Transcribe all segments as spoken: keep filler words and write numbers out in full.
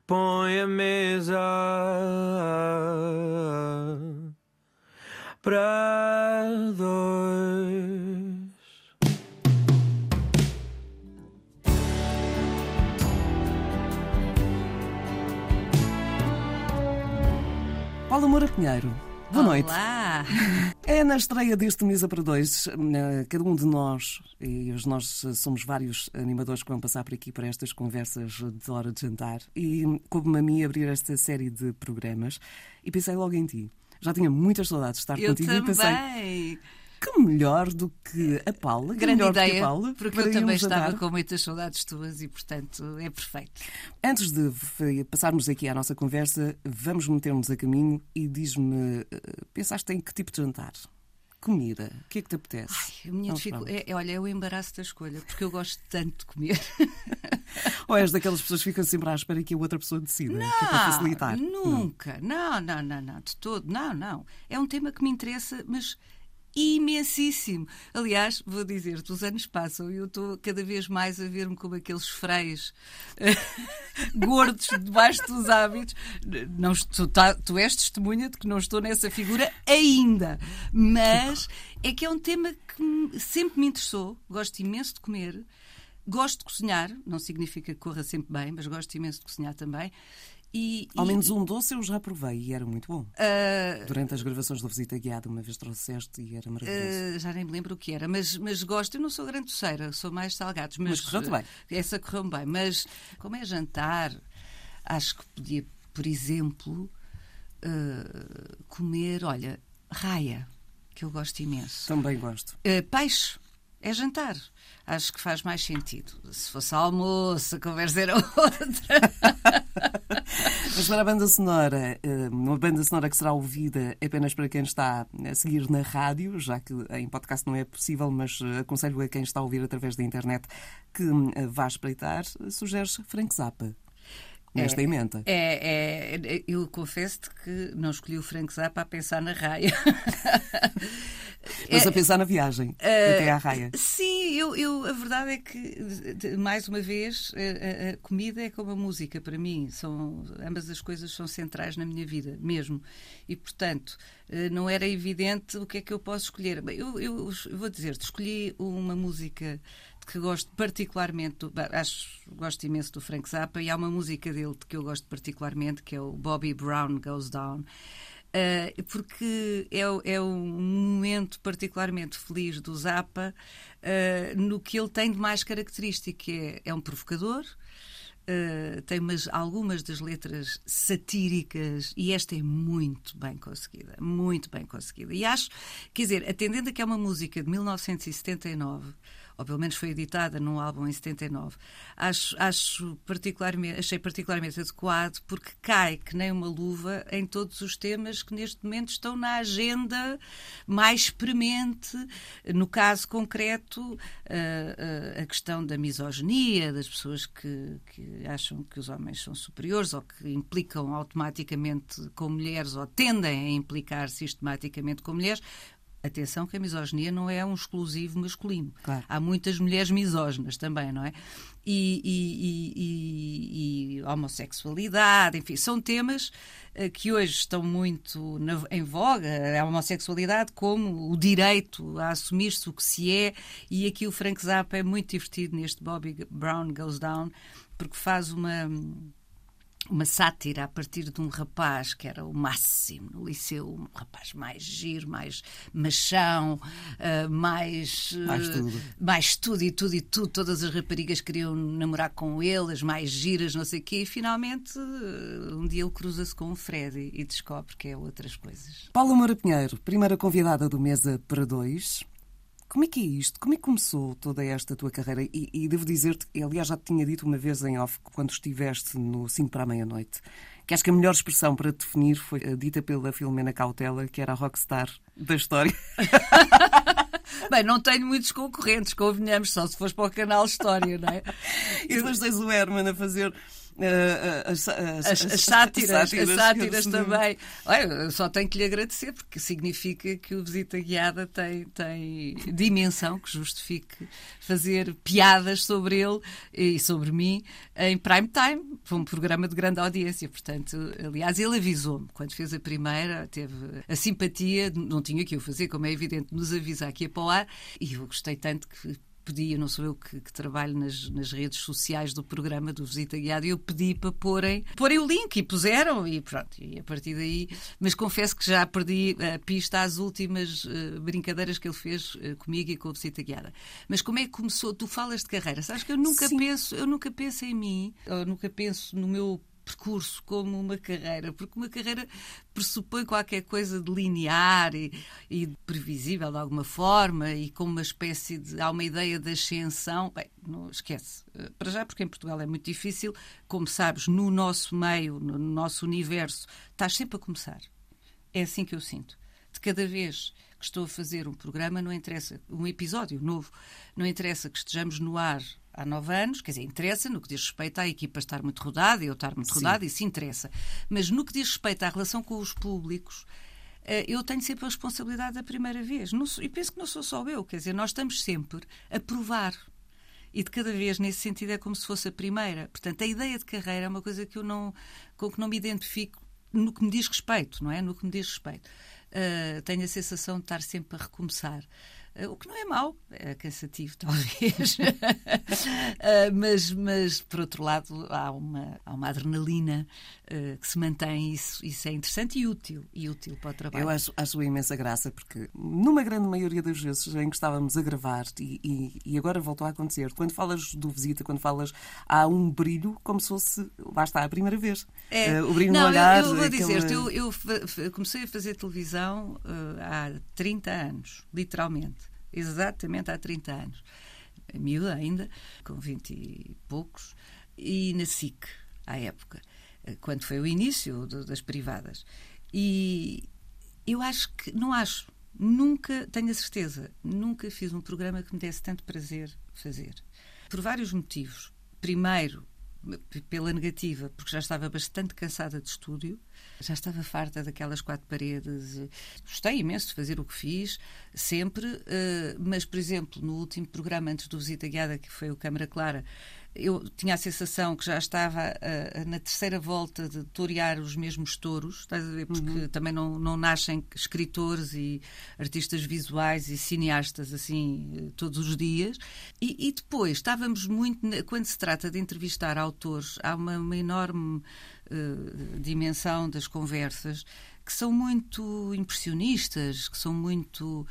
põe a mesa para dois. Paulo Moura Pinheiro, boa noite. Olá! É na estreia deste Mesa para Dois, cada um de nós, e nós somos vários animadores que vão passar por aqui para estas conversas de hora de jantar, e coube-me a mim abrir esta série de programas e pensei logo em ti. Já tinha muitas saudades de estar eu contigo também. e pensei, que melhor do que a Paula, que Grande melhor ideia, do que a Paula, porque para eu também irmos jantar. estava com muitas saudades tuas e, portanto, é perfeito. Antes de passarmos aqui à nossa conversa, vamos meter-nos a caminho e diz-me, pensaste em que tipo de jantar? Comida? O que é que te apetece? Ai, a minha Vamos dificu... para é, é, olha, é o embaraço da escolha, porque eu gosto tanto de comer. Ou és daquelas pessoas que ficam sempre à espera que a outra pessoa decida, que é para facilitar? Nunca. Não, não, não, não, de todo. Não, não. É um tema que me interessa, mas imensíssimo. Aliás, vou dizer-te, os anos passam e eu estou cada vez mais a ver-me como aqueles freios gordos debaixo dos hábitos. Não estou, tá, tu és testemunha de que não estou nessa figura ainda. Mas é que é um tema que me, sempre me interessou. Gosto imenso de comer. Gosto de cozinhar. Não significa que corra sempre bem, mas gosto imenso de cozinhar também. E, Ao e, menos um doce eu já provei e era muito bom. Uh, Durante as gravações da Visita Guiada, uma vez trouxeste e era maravilhoso. Uh, já nem me lembro o que era, mas, mas gosto. Eu não sou grande doceira, sou mais salgados. Mas, mas correu-te bem. Essa correu-me bem. Mas, como é jantar, acho que podia, por exemplo, uh, comer, olha, raia, que eu gosto imenso. Também gosto. Uh, peixe. É jantar. Acho que faz mais sentido. Se fosse almoço, a conversa era outra. Mas para a banda sonora, uma banda sonora que será ouvida apenas para quem está a seguir na rádio, já que em podcast não é possível, mas aconselho a quem está a ouvir através da internet que vá espreitar, sugeres Frank Zappa. Nesta é, emenda. É, é, eu confesso-te que não escolhi o Frank Zappa a pensar na raia. Mas a pensar na viagem, uh, até à raia. Sim, eu, eu, a verdade é que, mais uma vez, a, a comida é como a música para mim. São, ambas as coisas são centrais na minha vida, mesmo. E, portanto, não era evidente o que é que eu posso escolher. Eu, eu, eu vou dizer-te, escolhi uma música que gosto particularmente, do, acho, gosto imenso do Frank Zappa, e há uma música dele que eu gosto particularmente, que é o Bobby Brown Goes Down. Uh, porque é, é um momento particularmente feliz do Zappa uh, no que ele tem de mais característico, que é, é um provocador, uh, tem umas, algumas das letras satíricas, e esta é muito bem conseguida, muito bem conseguida. E acho, quer dizer, atendendo a que é uma música de mil novecentos e setenta e nove, ou pelo menos foi editada num álbum em setenta e nove, acho, acho particularmente, achei particularmente adequado, porque cai que nem uma luva em todos os temas que neste momento estão na agenda mais premente. No caso concreto, a, a, a questão da misoginia, das pessoas que, que acham que os homens são superiores ou que implicam automaticamente com mulheres ou tendem a implicar sistematicamente com mulheres. Atenção que a misoginia não é um exclusivo masculino. Claro. Há muitas mulheres misóginas também, não é? E, e, e, e, e homossexualidade, enfim, são temas uh, que hoje estão muito na, em voga. A homossexualidade como o direito a assumir-se o que se é, e aqui o Frank Zappa é muito divertido neste Bobby Brown Goes Down, porque faz uma... uma sátira a partir de um rapaz que era o máximo no liceu, um rapaz mais giro, mais machão, uh, mais, uh, mais tudo. mais tudo e tudo e tudo. Todas as raparigas queriam namorar com ele, as mais giras, não sei o quê, e finalmente uh, um dia ele cruza-se com o Fred e, e descobre que é outras coisas. Paula Moura Pinheiro, primeira convidada do Mesa para Dois. Como é que é isto? Como é que começou toda esta tua carreira? E, e devo dizer-te, aliás, já te tinha dito uma vez em off, quando estiveste no cinco para a meia-noite, que acho que a melhor expressão para te definir foi dita pela Filomena Cautela, que era a rockstar da história. Bem, não tenho muitos concorrentes, convenhamos, só se fores para o canal História, não é? E depois tens o Herman a fazer uh, as, as, as, as sátiras, sátiras, as sátiras também. Olha, eu só tenho que lhe agradecer, porque significa que o Visita Guiada tem, tem dimensão que justifique fazer piadas sobre ele e sobre mim em prime time. Foi um programa de grande audiência, portanto, aliás, ele avisou-me, quando fez a primeira, teve a simpatia, não tinha que o fazer, como é evidente, nos avisar que ia para o ar, e eu gostei tanto que pedi, eu não sou eu que, que trabalho nas, nas redes sociais do programa do Visita Guiada, e eu pedi para porem, porem o link, e puseram, e pronto, e a partir daí, mas confesso que já perdi a pista às últimas uh, brincadeiras que ele fez uh, comigo e com o Visita Guiada. Mas como é que começou? Tu falas de carreira, sabes que eu nunca Sim. penso, eu nunca penso em mim, eu nunca penso no meu percurso como uma carreira, porque uma carreira pressupõe qualquer coisa de linear e, e previsível de alguma forma, e com uma espécie de... há uma ideia de ascensão. Bem, não esquece. Para já, porque em Portugal é muito difícil, como sabes, no nosso meio, no nosso universo, estás sempre a começar. É assim que eu sinto. De cada vez que estou a fazer um programa, não interessa, um episódio novo, não interessa que estejamos no ar há nove anos, quer dizer, interessa no que diz respeito à equipa estar muito rodada, eu estar muito Sim. rodada, isso interessa. Mas no que diz respeito à relação com os públicos, eu tenho sempre a responsabilidade da primeira vez. Não sou, e penso que não sou só eu, quer dizer, nós estamos sempre a provar. E de cada vez, nesse sentido, é como se fosse a primeira. Portanto, a ideia de carreira é uma coisa que eu não, com que não me identifico no que me diz respeito, não é? No que me diz respeito. Uh, tenho a sensação de estar sempre a recomeçar. Uh, o que não é mau, é cansativo, talvez. uh, mas, mas, por outro lado, há uma, há uma adrenalina uh, que se mantém. Isso, isso é interessante e útil, e útil para o trabalho. Eu acho, acho imensa graça, porque numa grande maioria das vezes em que estávamos a gravar, e, e, e agora voltou a acontecer, quando falas do Visita, quando falas, há um brilho como se fosse, lá está, a primeira vez. É. Uh, o brilho não, no olhar. Eu, eu vou aquela... dizer-te, eu, eu comecei a fazer televisão uh, há trinta anos, literalmente. Exatamente há trinta anos. Miúda ainda, com vinte e poucos, e na S I C, à época, quando foi o início do, das privadas. E eu acho que, não acho, nunca, tenho a certeza, nunca fiz um programa que me desse tanto prazer fazer. Por vários motivos. Primeiro, pela negativa, porque já estava bastante cansada de estúdio, já estava farta daquelas quatro paredes. Gostei imenso de fazer o que fiz, sempre, mas, por exemplo, no último programa antes do Visita Guiada, que foi o Câmara Clara, eu tinha a sensação que já estava uh, na terceira volta de torear os mesmos touros, estás a ver? Porque uhum. também não, não nascem escritores e artistas visuais e cineastas assim todos os dias. E, e depois estávamos muito, quando se trata de entrevistar autores, há uma, uma enorme uh, dimensão das conversas que são muito impressionistas, que são muito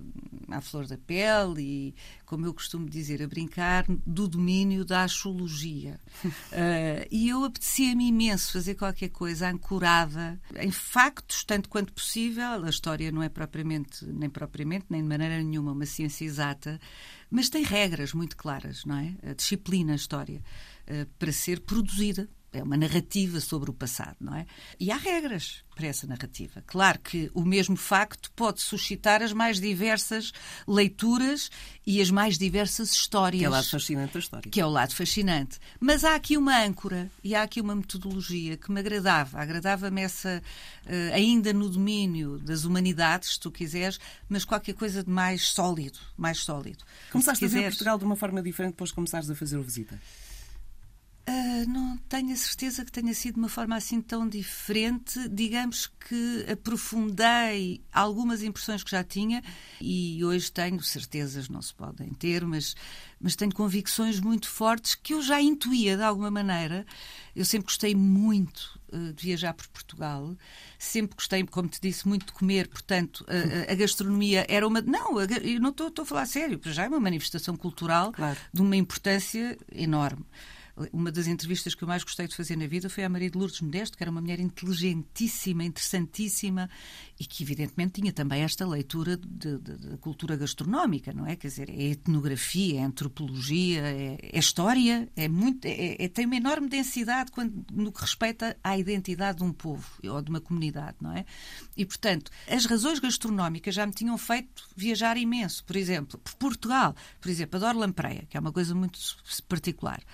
à flor da pele e, como eu costumo dizer, a brincar, do domínio da astrologia. uh, e eu apetecia-me imenso fazer qualquer coisa ancorada em factos, tanto quanto possível. A história não é propriamente, nem propriamente, nem de maneira nenhuma, uma ciência exata, mas tem regras muito claras, não é? A disciplina, a história, uh, para ser produzida. É uma narrativa sobre o passado, não é? E há regras para essa narrativa. Claro que o mesmo facto pode suscitar as mais diversas leituras e as mais diversas histórias. Que é o lado fascinante da história. Que é o lado fascinante. Mas há aqui uma âncora e há aqui uma metodologia que me agradava. Agradava-me essa, uh, ainda no domínio das humanidades, se tu quiseres, mas qualquer coisa de mais sólido. Mais sólido. Começaste quiseres... a ver Portugal de uma forma diferente depois de começares a fazer o Visita? Uh, não tenho a certeza que tenha sido de uma forma assim tão diferente. Digamos que aprofundei algumas impressões que já tinha e hoje tenho certezas, não se podem ter, mas, mas tenho convicções muito fortes que eu já intuía de alguma maneira. Eu sempre gostei muito uh, de viajar por Portugal, sempre gostei, como te disse, muito de comer, portanto a, a gastronomia era uma... Não, eu não estou a falar sério, já é uma manifestação cultural, claro, de uma importância enorme. Uma das entrevistas que eu mais gostei de fazer na vida foi à Maria de Lourdes Modesto, que era uma mulher inteligentíssima, interessantíssima e que evidentemente tinha também esta leitura da cultura gastronómica, não é? Quer dizer, é etnografia, é antropologia, é, é história, é muito, é, é, tem uma enorme densidade quando, no que respeita à identidade de um povo ou de uma comunidade, não é? E, portanto, as razões gastronómicas já me tinham feito viajar imenso. Por exemplo, por Portugal, por exemplo, adoro lampreia, que é uma coisa muito particular.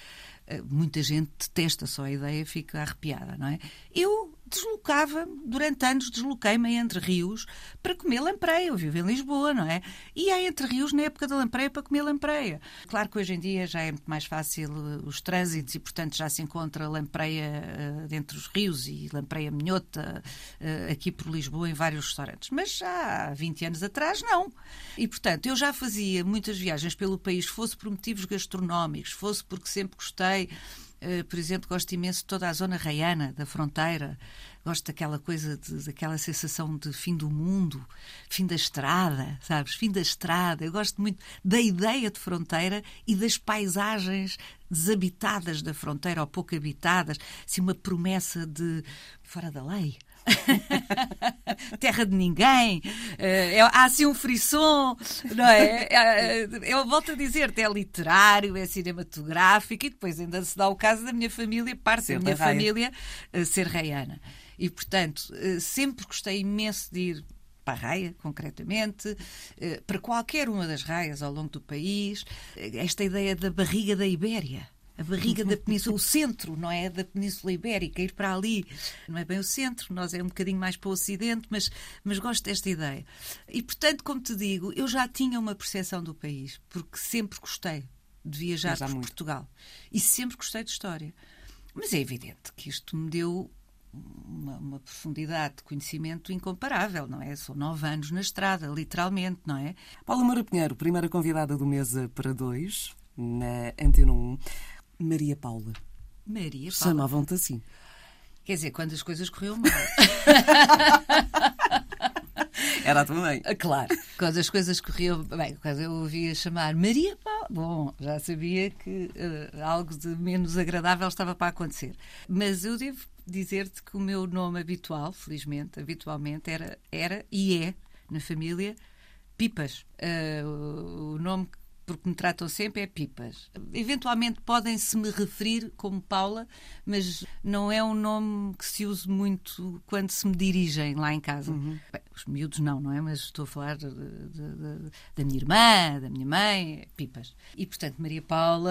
muita gente detesta só a ideia, fica arrepiada, não é? Eu deslocava, durante anos desloquei-me a Entre Rios para comer lampreia. Eu vivo em Lisboa, não é? E a Entre Rios na época da lampreia para comer lampreia. Claro que hoje em dia já é muito mais fácil os trânsitos e, portanto, já se encontra lampreia uh, dentro dos rios e lampreia minhota uh, aqui por Lisboa em vários restaurantes. Mas já há vinte anos atrás, não. E, portanto, eu já fazia muitas viagens pelo país, fosse por motivos gastronómicos, fosse porque sempre gostei. Uh, por exemplo, gosto imenso de toda a zona raiana, da fronteira. Gosto daquela coisa, de, daquela sensação de fim do mundo, fim da estrada, sabes? Fim da estrada. Eu gosto muito da ideia de fronteira e das paisagens desabitadas da fronteira ou pouco habitadas. Assim, uma promessa de fora da lei. Terra de ninguém, é, há assim um frisson, não é? É, eu volto a dizer-te, é literário, é cinematográfico e depois ainda se dá o caso da minha família, parte ser da minha da família ser raiana. E, portanto, sempre gostei imenso de ir para a raia, concretamente, para qualquer uma das raias ao longo do país. Esta ideia da barriga da Ibéria. A barriga da Península, o centro, não é? Da Península Ibérica, ir para ali. Não é bem o centro, nós é um bocadinho mais para o ocidente, mas, mas gosto desta ideia. E, portanto, como te digo, eu já tinha uma percepção do país, porque sempre gostei de viajar por muito. Portugal. E sempre gostei de história. Mas é evidente que isto me deu uma, uma profundidade de conhecimento incomparável, não é? São nove anos na estrada, literalmente, não é? Paula Moura Pinheiro, primeira convidada do Mesa para Dois, na Antena um. Maria Paula. Maria Paula. Chamavam-te assim. Quer dizer, quando as coisas corriam mal. Era a tua mãe. Claro, quando as coisas corriam bem, quando eu ouvia chamar Maria Paula, bom, já sabia que uh, algo de menos agradável estava para acontecer. Mas eu devo dizer-te que o meu nome habitual, felizmente, habitualmente, era, era e é, na família, Pipas. Uh, o, o nome que porque me tratam sempre, é Pipas. Eventualmente podem-se me referir como Paula, mas não é um nome que se use muito quando se me dirigem lá em casa. Uhum. Bem, os miúdos não, não é? Mas estou a falar de, de, de, da minha irmã, da minha mãe, é Pipas. E, portanto, Maria Paula,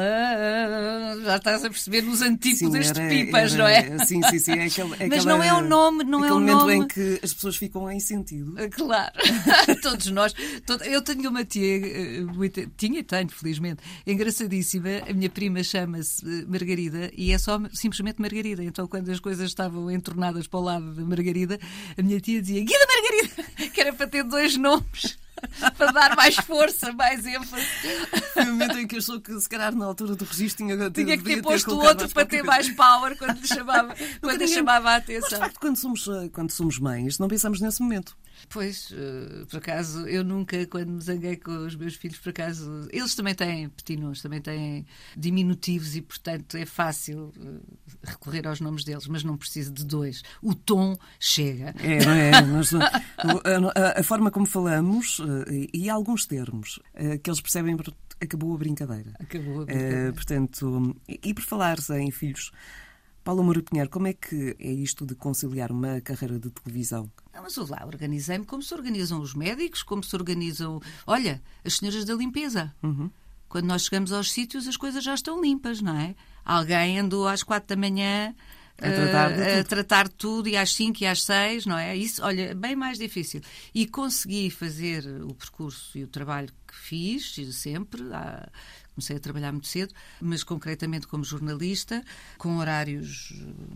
já estás a perceber nos antípodas de Pipas, era, não é? Sim, sim, sim. É aquele, mas não é o nome, não é o momento nome... em que as pessoas ficam em sentido. Claro, todos nós. Todo... Eu tenho uma tia, muito... tinha tenho, felizmente, engraçadíssima. A minha prima chama-se Margarida e é só simplesmente Margarida. Então, quando as coisas estavam entornadas para o lado da Margarida, a minha tia dizia Guida Margarida, que era para ter dois nomes. Para dar mais força, mais ênfase. Foi o momento em que achou que, se calhar, na altura do registro, tinha, tinha que ter posto o outro para ter mais power quando lhe chamava, quando lhe chamava a atenção. Mas, de facto, quando somos, quando somos mães, não pensamos nesse momento. Pois, uh, por acaso, eu nunca, quando me zanguei com os meus filhos, por acaso, eles também têm petinos, também têm diminutivos e, portanto, é fácil uh, recorrer aos nomes deles, mas não preciso de dois. O tom chega. É, não é? Nós, a, a, a forma como falamos uh, e alguns termos uh, que eles percebem, acabou a brincadeira. Acabou a brincadeira. Uh, portanto, e, e por falar em filhos, Paula Moura Pinheiro, como é que é isto de conciliar uma carreira de televisão? Não, mas eu lá organizei-me como se organizam os médicos, como se organizam, olha, as senhoras da limpeza. Uhum. Quando nós chegamos aos sítios, as coisas já estão limpas, não é? Alguém andou às quatro da manhã a tratar de, uh, a tratar de tudo e às cinco e às seis, não é? Isso, olha, bem mais difícil. E consegui fazer o percurso e o trabalho que fiz, sempre. Há, comecei a trabalhar muito cedo, mas concretamente como jornalista, com horários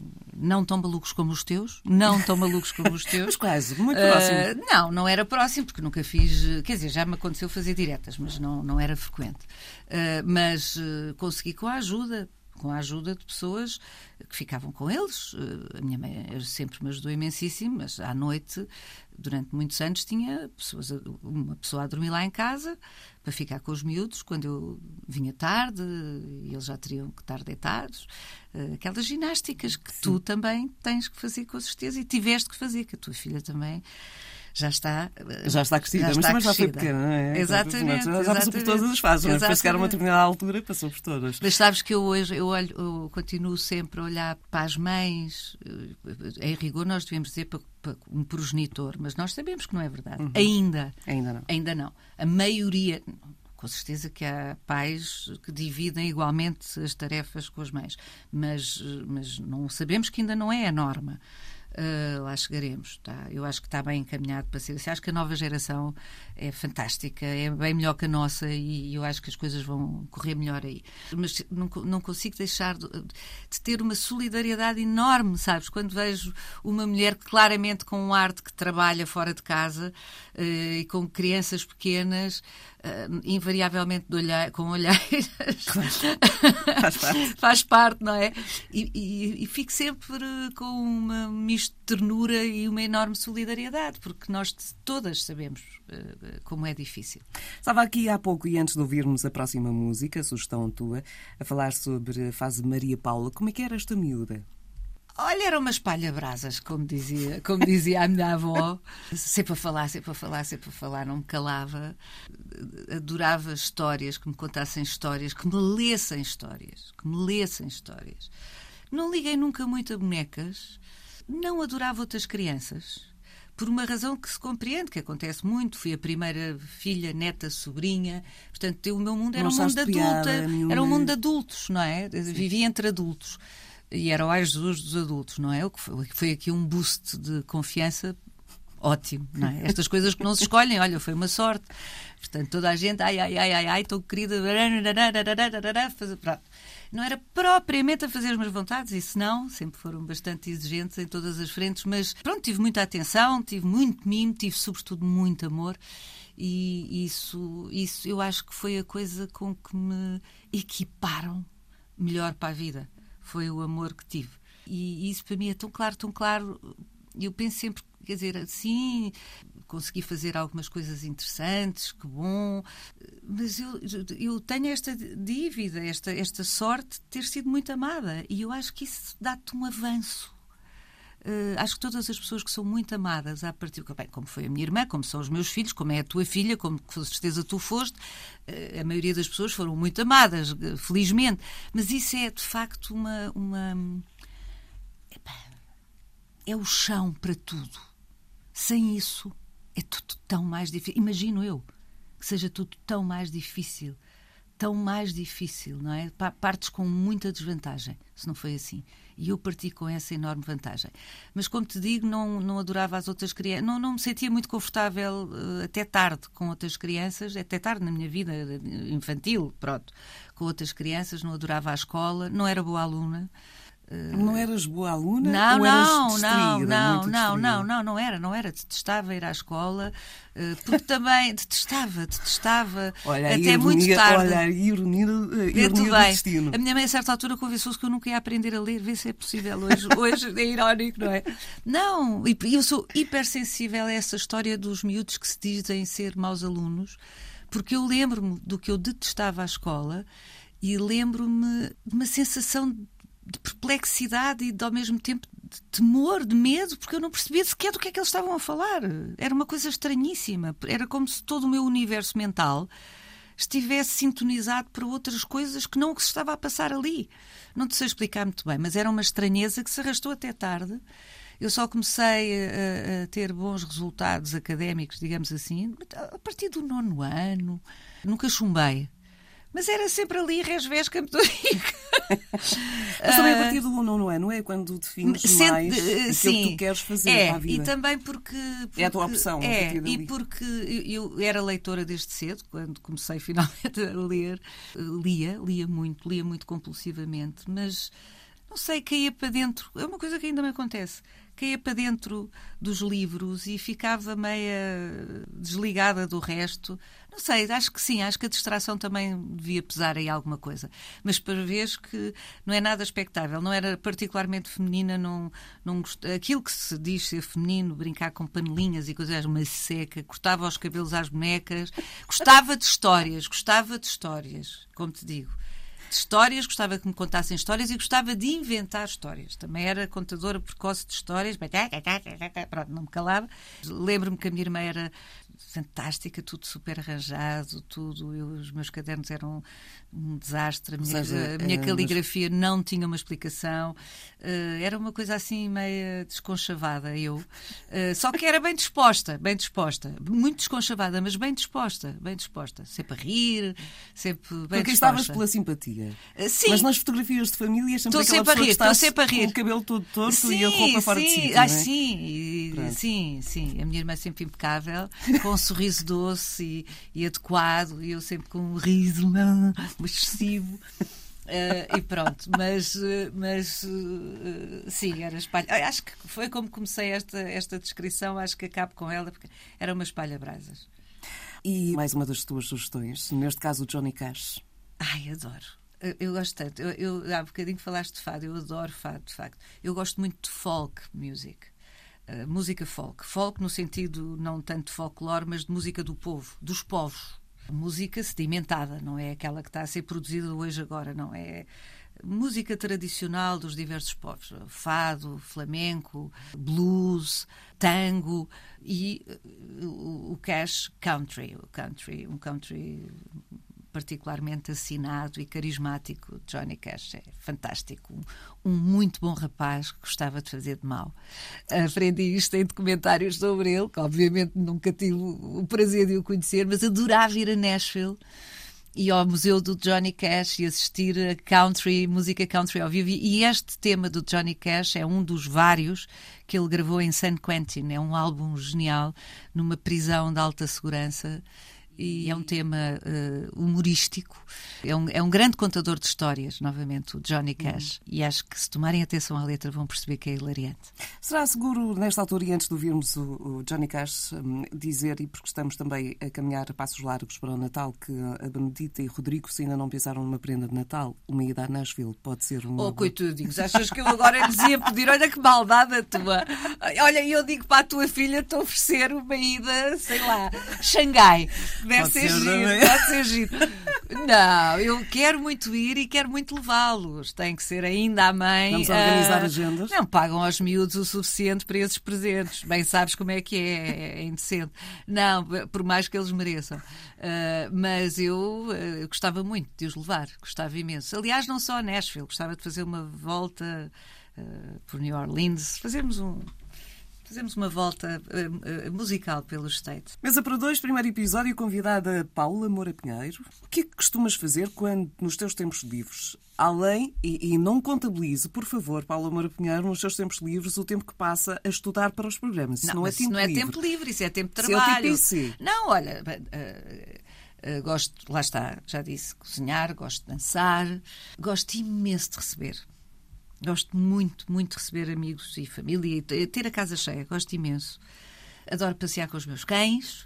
não tão malucos como os teus, não tão malucos como os teus. Mas quase, muito próximo. Uh, não, não era próximo, porque nunca fiz, quer dizer, já me aconteceu fazer diretas, mas não, não era frequente. Uh, mas uh, consegui com a ajuda, com a ajuda de pessoas que ficavam com eles. A minha mãe sempre me ajudou imensíssimo, mas à noite, durante muitos anos, tinha pessoas, uma pessoa a dormir lá em casa para ficar com os miúdos quando eu vinha tarde e eles já teriam que estar deitados. Aquelas ginásticas que Sim. tu também tens que fazer, com certeza, e tiveste que fazer, que a tua filha também já está já está crescida, já está mas também crescida. Já foi pequena, não é? Exatamente. Já exatamente. passou por todas as fases, mas depois chegar a uma determinada altura passou por todas. Mas sabes que eu hoje eu, olho, eu continuo sempre a olhar para as mães, em rigor nós devemos dizer para, para um progenitor, mas nós sabemos que não é verdade. Uhum. Ainda. Ainda não. Ainda não. A maioria, Com certeza que há pais que dividem igualmente as tarefas com as mães, mas, mas não sabemos que ainda não é a norma. Uh, lá chegaremos, tá? Eu acho que está bem encaminhado para ser assim. Acho que a nova geração é fantástica, é bem melhor que a nossa e eu acho que as coisas vão correr melhor aí. Mas não, não consigo deixar de, de ter uma solidariedade enorme, sabes? Quando vejo uma mulher claramente com um ar de que trabalha fora de casa uh, e com crianças pequenas, uh, invariavelmente de olhar, com olheiras. Faz parte. Faz parte, não é? E, e, e fico sempre com uma misto de ternura e uma enorme solidariedade, porque nós todas sabemos uh, como é difícil. Estava aqui há pouco, e antes de ouvirmos a próxima música, a sugestão tua, a falar sobre a fase de Maria Paula. Como é que era esta miúda? Olha, era uma espalha-brasas, como dizia, como dizia a minha avó. Sempre a falar, sempre a falar, sempre a falar, não me calava. Adorava histórias, que me contassem histórias, que me lessem histórias, que me lessem histórias. Não liguei nunca muito a bonecas, não adorava outras crianças, por uma razão que se compreende, que acontece muito. Fui a primeira filha, neta, sobrinha, portanto, o meu mundo era Não um mundo de achaste piada adulta, nenhuma? era um mundo de adultos, não é? Sim. Vivia entre adultos. E era o ai Jesus dos adultos, não é? O que foi, foi aqui um boost de confiança ótimo, não é? Estas coisas que não se escolhem, olha, foi uma sorte. Portanto, toda a gente, ai, ai, ai, ai, ai, estou querida, fazer, pronto. Não era propriamente a fazer as minhas vontades, isso não, sempre foram bastante exigentes em todas as frentes, mas pronto, tive muita atenção, tive muito mimo, tive sobretudo muito amor e isso, isso eu acho que foi a coisa com que me equiparam melhor para a vida. Foi o amor que tive. E isso para mim é tão claro, tão claro. Eu penso sempre, quer dizer, sim, consegui fazer algumas coisas interessantes, que bom, mas eu, eu tenho esta dívida, esta, esta sorte de ter sido muito amada. E eu acho que isso dá-te um avanço. Uh, acho que todas as pessoas que são muito amadas, a partir, bem, como foi a minha irmã, como são os meus filhos, como é a tua filha, como com certeza tu foste, uh, a maioria das pessoas foram muito amadas, uh, felizmente. Mas isso é, de facto, uma... uma epá, é o chão para tudo. Sem isso, é tudo tão mais difícil. Imagino eu que seja tudo tão mais difícil. Tão mais difícil, não é? Partes com muita desvantagem, se não foi assim. E eu parti com essa enorme vantagem. Mas, como te digo, não, não adorava as outras crianças. Não, não me sentia muito confortável uh, até tarde com outras crianças. Até tarde na minha vida infantil, pronto. Com outras crianças, não adorava a escola. Não era boa aluna. Não eras boa aluna? Não, ou eras não, distraída, não, muito não, não, distraída? não, não, não era, não era. Detestava ir à escola, porque também detestava, detestava, Olha, até a muito ironia, tarde. olha, a ironia, a ironia do Tudo bem. destino. A minha mãe, a certa altura, convenceu-se que eu nunca ia aprender a ler, vê se é possível hoje. Hoje é irónico, não é? Não, e eu sou hipersensível a essa história dos miúdos que se dizem ser maus alunos, porque eu lembro-me do que eu detestava à escola e lembro-me de uma sensação de de perplexidade e, de, ao mesmo tempo, de temor, de medo, porque eu não percebia sequer do que é que eles estavam a falar. Era uma coisa estranhíssima. Era como se todo o meu universo mental estivesse sintonizado para outras coisas que não o que se estava a passar ali. Não te sei explicar muito bem, mas era uma estranheza que se arrastou até tarde. Eu só comecei a, a ter bons resultados académicos, digamos assim, a partir do nono ano. Nunca chumbei. Mas era sempre ali, resvesca, metodica. Mas também a partir do nono ano, não é? Quando defines Sente, mais aquilo sim, que tu queres fazer é, para a vida. E também porque, porque... É a tua opção. É, a partir dali. e porque eu, eu era leitora desde cedo, quando comecei finalmente a ler. Lia, lia muito, lia muito compulsivamente, mas... Não sei, caía para dentro. É uma coisa que ainda me acontece. Caía para dentro dos livros e ficava meia desligada do resto. Não sei, acho que sim, acho que a distração também devia pesar aí alguma coisa. Mas para veres que não é nada expectável, não era particularmente feminina, não, não gost... aquilo que se diz ser feminino, brincar com panelinhas e coisas, uma seca, cortava os cabelos às bonecas, gostava de histórias, gostava de histórias, como te digo. De histórias, gostava que me contassem histórias e gostava de inventar histórias. Também era contadora precoce de histórias. Pronto, não me calava. Lembro-me que a minha irmã era fantástica, tudo super arranjado, tudo. Eu, os meus cadernos eram um desastre, a minha, seja, a minha uh, caligrafia mas... não tinha uma explicação, uh, era uma coisa assim meio desconchavada, eu. Uh, só que era bem disposta, bem disposta, muito desconchavada, mas bem disposta, bem disposta. Sempre a rir, sempre bem Porque disposta. estavas pela simpatia. Uh, sim. Mas nas fotografias de família sempre Estou aquela sempre a pessoa rir, que está estou sempre a rir. com o cabelo todo torto sim, e a roupa fora sim. de sítio. Ah, não é? sim, e, sim, sim. A minha irmã é sempre impecável, com um sorriso doce e, e adequado, e eu sempre com um riso um, excessivo. Uh, e pronto, mas, mas uh, sim, era espalha. Acho que foi como comecei esta, esta descrição, acho que acabo com ela, porque era uma espalha-brasas. E mais uma das tuas sugestões, neste caso o Johnny Cash. Ai, adoro. Eu, eu gosto tanto. Eu, eu, há bocadinho falaste de fado, eu adoro fado, de facto. Eu gosto muito de folk music. Uh, música folk. Folk no sentido não tanto de folclore, mas de música do povo, dos povos. Música sedimentada, não é aquela que está a ser produzida hoje agora, não é música tradicional dos diversos povos. Fado, flamenco, blues, tango e uh, o, o cash country. O country, um country particularmente assinado e carismático. Johnny Cash é fantástico, um, um muito bom rapaz que gostava de fazer de mal. Aprendi isto em documentários sobre ele, que obviamente nunca tive o prazer de o conhecer, mas adorava ir a Nashville e ao museu do Johnny Cash e assistir a country, música country ao vivo. E este tema do Johnny Cash é um dos vários que ele gravou em San Quentin. É um álbum genial, numa prisão de alta segurança. E é um tema uh, humorístico. É um, é um grande contador de histórias, novamente, o Johnny Cash. Uhum. E acho que se tomarem atenção à letra vão perceber que é hilariante. Será seguro, nesta altura, e antes de ouvirmos o, o Johnny Cash um, dizer, e porque estamos também a caminhar a passos largos para o Natal, que a Benedita e o Rodrigo, se ainda não pensaram numa prenda de Natal, uma ida a Nashville pode ser uma... Oh, coitadinhos, achas que eu agora lhes ia pedir? Olha que maldade a tua. Olha, eu digo para a tua filha, te oferecer uma ida, sei lá, Xangai. Deve pode ser, ser giro, também. pode ser giro. Não, eu quero muito ir e quero muito levá-los. Tem que ser ainda a mãe. Vamos organizar uh, agendas. Não pagam aos miúdos o suficiente para esses presentes. Bem sabes como é que é, é indecente. Não, por mais que eles mereçam. Uh, mas eu uh, gostava muito de os levar, gostava imenso. Aliás, não só a Nashville, gostava de fazer uma volta uh, por New Orleans, fazermos um. Fazemos uma volta uh, uh, musical pelo State. Mesa para dois, primeiro episódio, convidada Paula Moura Pinheiro. O que é que costumas fazer quando, nos teus tempos livres, além, e, e não contabilize, por favor, Paula Moura Pinheiro, nos seus tempos livres, o tempo que passa a estudar para os programas? Isso não, não é isso tempo não é livre. tempo livre, isso é tempo de Isso é o trabalho. T P C. Não, olha, uh, uh, gosto, lá está, já disse, cozinhar, gosto de dançar, gosto imenso de receber. Gosto muito, muito de receber amigos e família e ter a casa cheia. Gosto imenso. Adoro passear com os meus cães.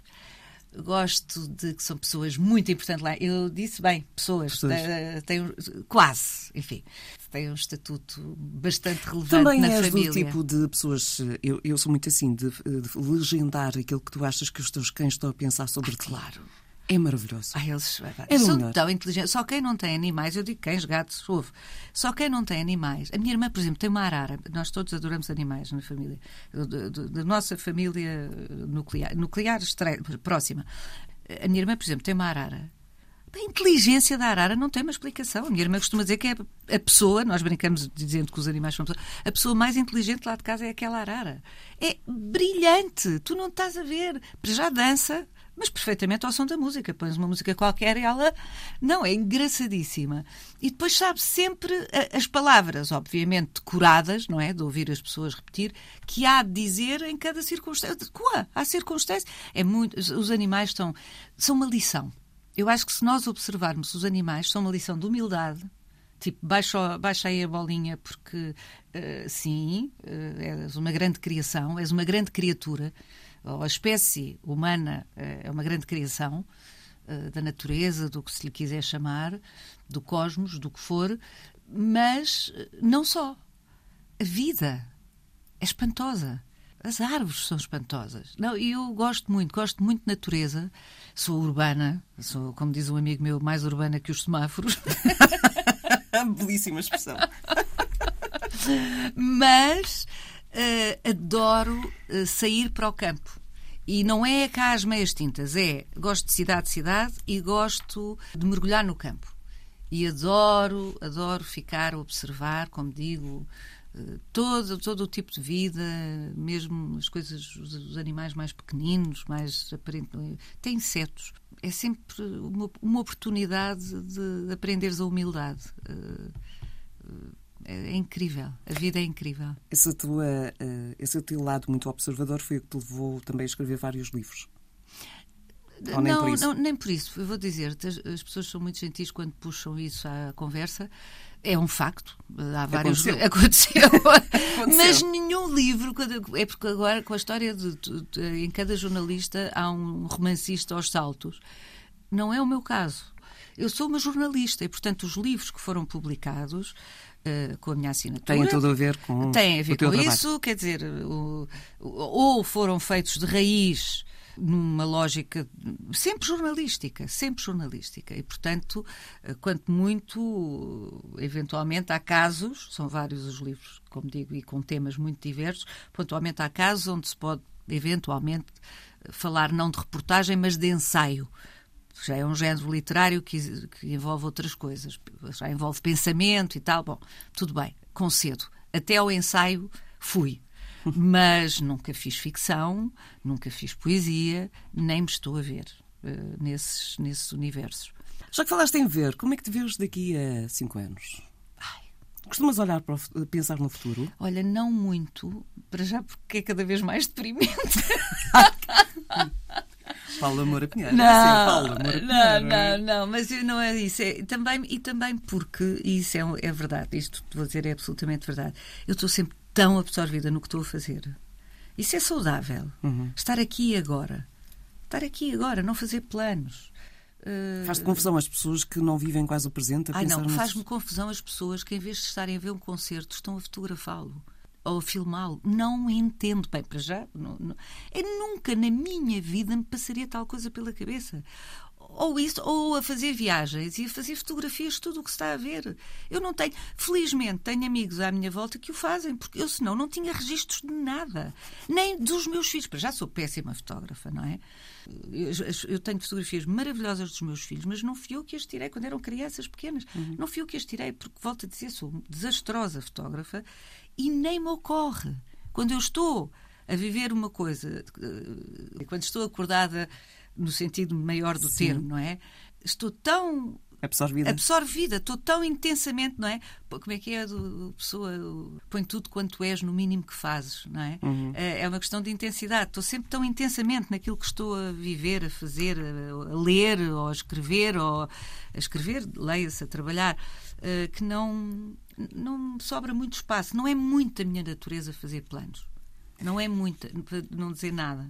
Gosto de que são pessoas muito importantes lá. Eu disse bem, pessoas. pessoas. Têm, quase, enfim. Têm um estatuto bastante relevante Também na és família. do tipo de pessoas... Eu, eu sou muito assim, de, de legendar aquilo que tu achas que os teus cães estão a pensar sobre ah, ti. Claro. É maravilhoso. Ai, eles é são melhor. tão inteligentes. Só quem não tem animais, eu digo cães, gatos, ouve. Só quem não tem animais. A minha irmã, por exemplo, tem uma arara. Nós todos adoramos animais na família. Da nossa família nuclear, nuclear estre... próxima. A minha irmã, por exemplo, tem uma arara. A inteligência da arara não tem uma explicação. A minha irmã costuma dizer que é a pessoa, nós brincamos dizendo que os animais são pessoas, a pessoa mais inteligente lá de casa é aquela arara. É brilhante. Tu não estás a ver. Já dança, mas perfeitamente ao som da música. Pões uma música qualquer e ela... Não, é engraçadíssima. E depois sabe sempre as palavras, obviamente decoradas, não é? De ouvir as pessoas repetir, que há de dizer em cada circunstância. Adequa à circunstância. É muito... Os animais estão... são uma lição. Eu acho que se nós observarmos os animais, são uma lição de humildade. Tipo, baixa, baixa aí a bolinha porque, uh, sim, uh, és uma grande criação, és uma grande criatura. A espécie humana é uma grande criação uh, da natureza, do que se lhe quiser chamar, do cosmos, do que for, mas não só. A vida é espantosa. As árvores são espantosas. Não, eu gosto muito, gosto muito de natureza. Sou urbana, sou, como diz um amigo meu, mais urbana que os semáforos. Belíssima expressão. Mas... Uh, adoro uh, sair para o campo. E não é cá às meias tintas, é gosto de cidade, cidade e gosto de mergulhar no campo. E adoro, adoro ficar a observar, como digo, todo, todo o tipo de vida, mesmo as coisas, os animais mais pequeninos, mais aparentemente, até insetos. É sempre uma, uma oportunidade de aprenderes a humildade. É incrível, a vida é incrível. Essa tua, esse teu lado muito observador foi o que te levou também a escrever vários livros? Ou nem não, por isso? não, nem por isso. Eu vou dizer, as, as pessoas são muito gentis quando puxam isso à conversa. É um facto. Há vários Aconteceu. Aconteceu. Aconteceu. Mas nenhum livro. É porque agora, com a história de, de, de. Em cada jornalista há um romancista aos saltos. Não é o meu caso. Eu sou uma jornalista e, portanto, os livros que foram publicados. Uh, com a minha assinatura. Têm tudo a ver com Tem a ver o teu com trabalho. isso, quer dizer, o, o, ou foram feitos de raiz numa lógica sempre jornalística, sempre jornalística. E, portanto, quanto muito, eventualmente, há casos, são vários os livros, como digo, e com temas muito diversos, pontualmente há casos onde se pode, eventualmente, falar não de reportagem, mas de ensaio. Já é um género literário que, que envolve outras coisas. Já envolve pensamento e tal. Bom, tudo bem, concedo. Até ao ensaio fui. Mas nunca fiz ficção, nunca fiz poesia, nem me estou a ver uh, nesses, nesses universos. Já que falaste em ver, como é que te vês daqui a cinco anos? Ai. Costumas olhar para o, pensar no futuro? Olha, não muito, para já porque é cada vez mais deprimente. Paula Moura Pinheiro. Não, Sim, Paula Moura não, Pinheiro. não, não, mas não é isso. É, também, e também porque, e isso é, é verdade, isto que vou dizer é absolutamente verdade, eu estou sempre tão absorvida no que estou a fazer. Isso é saudável. Uhum. Estar aqui e agora. Estar aqui e agora, não fazer planos. Uh... Faz-te confusão as pessoas que não vivem quase o presente a Ai pensar não, nesses- faz-me confusão as pessoas que em vez de estarem a ver um concerto estão a fotografá-lo ou a filmá-lo. Não entendo. Bem, para já, não, não. Eu nunca na minha vida me passaria tal coisa pela cabeça. Ou isso, ou a fazer viagens e a fazer fotografias de tudo o que se está a ver. Eu não tenho, felizmente, tenho amigos à minha volta que o fazem, porque eu, senão, não tinha registros de nada. Nem dos meus filhos. Para já sou péssima fotógrafa, não é? Eu, eu tenho fotografias maravilhosas dos meus filhos, mas não fui eu que as tirei quando eram crianças pequenas. Uhum. Não fui eu que as tirei, porque, volto a dizer, sou desastrosa fotógrafa e nem me ocorre. Quando eu estou a viver uma coisa, quando estou acordada no sentido maior do Sim. termo, não é? Estou tão absorvida. absorvida, estou tão intensamente, não é? Como é que é a do, pessoa põe tudo quanto és no mínimo que fazes, não é? Uhum. É uma questão de intensidade. Estou sempre tão intensamente naquilo que estou a viver, a fazer, a, a ler, ou a escrever, ou a escrever, leia-se, a trabalhar, que não, não me sobra muito espaço. Não é muito a minha natureza fazer planos. Não é muita, para não dizer nada.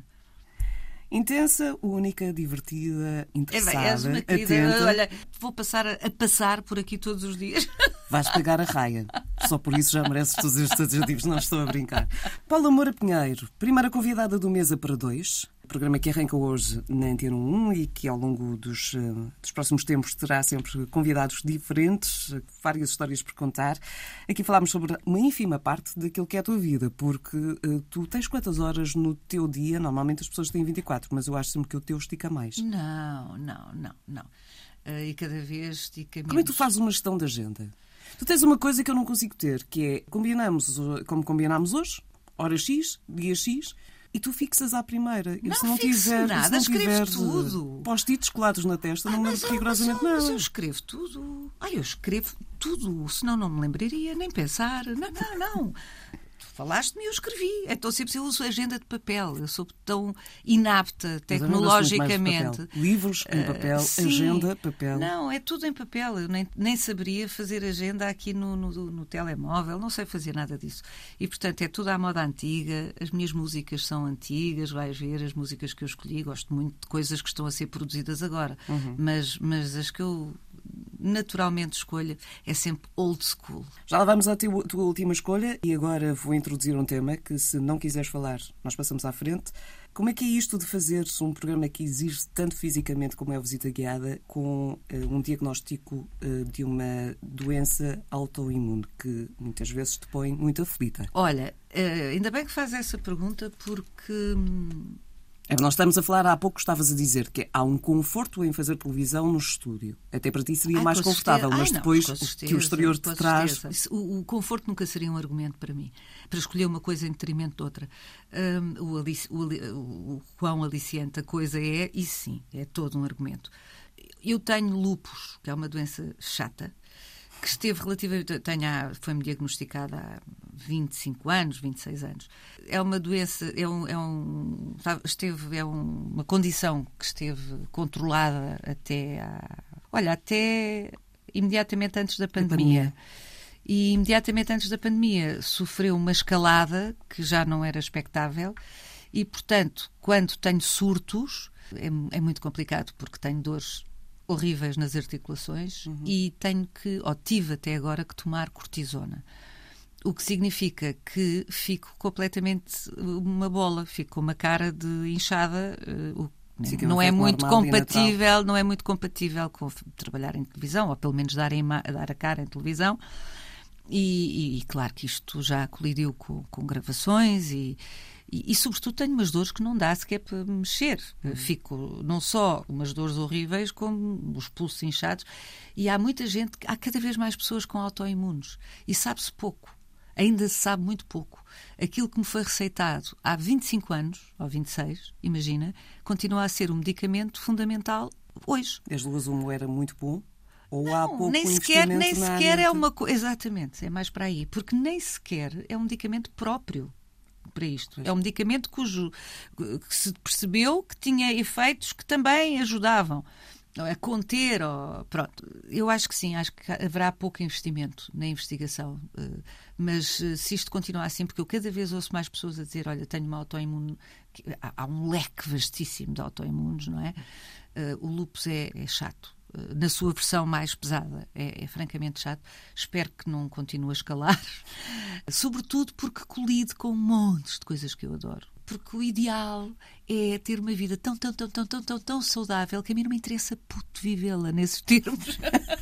Intensa, única, divertida, interessada, É bem, és uma querida. atenta. Olha, vou passar a, a passar por aqui todos os dias. Vais pegar a raia. Só por isso já mereces todos estes adjetivos, não estou a brincar. Paula Moura Pinheiro, primeira convidada do Mesa para Dois, programa que arranca hoje na Antena um e que ao longo dos, uh, dos próximos tempos terá sempre convidados diferentes, uh, várias histórias por contar. Aqui falámos sobre uma ínfima parte daquilo que é a tua vida, porque uh, tu tens quantas horas no teu dia? Normalmente as pessoas têm vinte e quatro, mas eu acho sempre que o teu estica mais. Não, não, não, não. Uh, e cada vez estica menos. Como é que tu fazes uma gestão da agenda? Tu tens uma coisa que eu não consigo ter, que é, combinamos, como combinámos hoje, hora X, dia X, e tu fixas à primeira. E Não se não fixo tiver, nada, se não escrevo tiver tudo. post-its colados na testa, não me mas, lembro oh, rigorosamente mas, oh, mas eu nada. escrevo tudo. Ai, eu escrevo tudo, senão não me lembraria, nem pensar. Não, não, não. Tu falaste-me e eu escrevi. Então sempre eu uso agenda de papel. Eu sou tão inapta Mas eu não gosto muito mais de tecnologicamente. papel. Livros em papel, Uh, sim. agenda, papel. Não, é tudo em papel. Eu nem, nem saberia fazer agenda aqui no, no, no telemóvel. Não sei fazer nada disso. E, portanto, é tudo à moda antiga. As minhas músicas são antigas. Vais ver as músicas que eu escolhi. Gosto muito de coisas que estão a ser produzidas agora. Uhum. Mas, mas as que eu naturalmente escolho é sempre old school. Já lá vamos à tua, tua última escolha e agora vou introduzir um tema que, se não quiseres falar, nós passamos à frente. Como é que é isto de fazer-se um programa que exige tanto fisicamente como é a Visita Guiada, com uh, um diagnóstico uh, de uma doença autoimune que muitas vezes te põe muito aflita? Olha, uh, ainda bem que faz essa pergunta, porque hum, É, nós estamos a falar, há pouco estavas a dizer que há um conforto em fazer televisão no estúdio. Até para ti seria Ai, mais com confortável, certeza. mas Ai, não, depois com o certeza, que o exterior com te traz... certeza. Isso- O, o conforto nunca seria um argumento para mim, para escolher uma coisa em detrimento de outra. Hum, o, alici- o ali- o- o quão aliciante a coisa é, isso sim, é todo um argumento. Eu tenho lúpus, que é uma doença chata, que esteve relativamente... Tenho, há- foi-me diagnosticada há vinte e cinco anos, vinte e seis anos. É uma doença, é, um, é, um, esteve, é um- uma condição que esteve controlada até, à, olha, até imediatamente antes da pandemia. pandemia. E imediatamente antes da pandemia sofreu uma escalada que já não era expectável e, portanto, quando tenho surtos, é, é muito complicado porque tenho dores horríveis nas articulações uhum. e tenho que, ou tive até agora, que tomar cortisona. O que significa que fico completamente uma bola, fico com uma cara de inchada, uh, o Sim, não é muito normal e compatível, não é muito compatível com trabalhar em televisão, ou pelo menos dar, em, dar a cara em televisão. E, e, e claro que isto já colidiu com, com gravações e, e, e, sobretudo, tenho umas dores que não dá sequer para mexer. Uhum. Fico não só umas dores horríveis, como os pulsos inchados. E há muita gente, há cada vez mais pessoas com autoimunes. E sabe-se pouco. Ainda se sabe muito pouco. Aquilo que me foi receitado há vinte e cinco anos, ou vinte e seis, imagina, continua a ser um medicamento fundamental hoje. Desde o Azumo era muito bom? Ou não, há pouco nem sequer, nem na sequer área é de... uma coisa... Exatamente, é mais para aí. Porque nem sequer é um medicamento próprio para isto. Pois. É um medicamento cujo que se percebeu que tinha efeitos que também ajudavam a conter, ou, pronto, eu acho que sim, acho que haverá pouco investimento na investigação, mas se isto continuar assim, porque eu cada vez ouço mais pessoas a dizer, olha, tenho uma autoimune, há um leque vastíssimo de autoimunes, não é? O lúpus é, é chato, na sua versão mais pesada, é, é francamente chato, espero que não continue a escalar, sobretudo porque colide com montes de coisas que eu adoro. Porque o ideal é ter uma vida tão, tão, tão, tão, tão, tão, tão saudável que a mim não me interessa puto vivê-la nesses termos.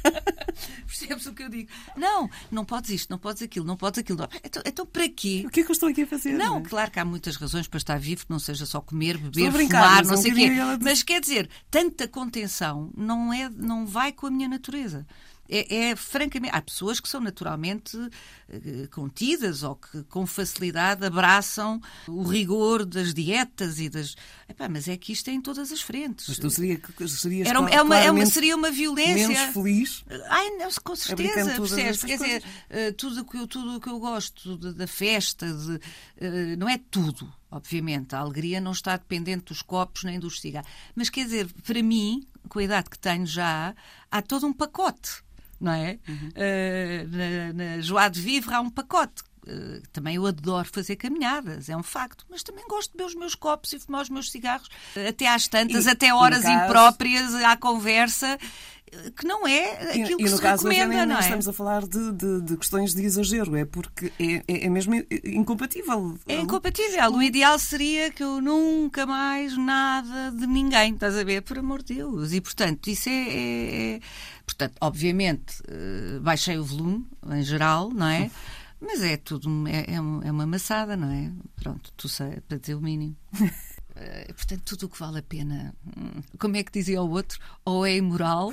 Percebes o que eu digo? Não, não podes isto, não podes aquilo, não podes aquilo. Não. Então, então, para quê? O que é que eu estou aqui a fazer? Não, não é? Claro que há muitas razões para estar vivo, que não seja só comer, beber, brincar, fumar, mas não um sei o quê. ela... Mas quer dizer, tanta contenção não, é, não vai com a minha natureza. É, é, francamente, há pessoas que são naturalmente eh, contidas ou que com facilidade abraçam o rigor das dietas e das... Epá, mas é que isto é em todas as frentes. Mas tu seria, serias Era, é uma, é uma, seria uma menos violência... feliz? Ai, não, com certeza, percebes? Quer dizer, uh, tudo o que, tudo que eu gosto da, da festa, de, uh, não é tudo, obviamente. A alegria não está dependente dos copos nem dos cigarros. Mas, quer dizer, para mim, com a idade que tenho já, há todo um pacote. Não é? Uhum. Uh, na, na Joie de Vivre há um pacote. Uh, também eu adoro fazer caminhadas, é um facto. Mas também gosto de beber os meus copos e fumar os meus cigarros. Uh, até às tantas, e, até horas caso... impróprias à conversa, que não é aquilo e, que e no se caso, recomenda, não, não é? Estamos a falar de, de, de questões de exagero, é porque é, é, é mesmo incompatível. É incompatível. O ideal seria que eu nunca mais nada de ninguém, estás a ver? Por amor de Deus. E, portanto, isso é... é, é... Portanto, obviamente, uh, baixei o volume, em geral, não é? Mas é tudo... É, é, é uma maçada, não é? Pronto, tu sei, para dizer o mínimo. Uh, portanto, tudo o que vale a pena, como é que dizia o outro, ou é imoral,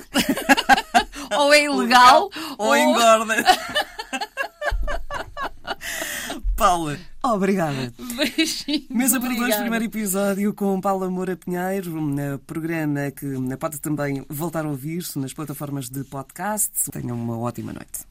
ou é ilegal, ou, ou engorda. Paula, obrigada. Beijinhos. Mesa para dois, primeiro episódio com Paula Moura Pinheiro, um programa que pode também voltar a ouvir-se nas plataformas de podcast. Tenham uma ótima noite.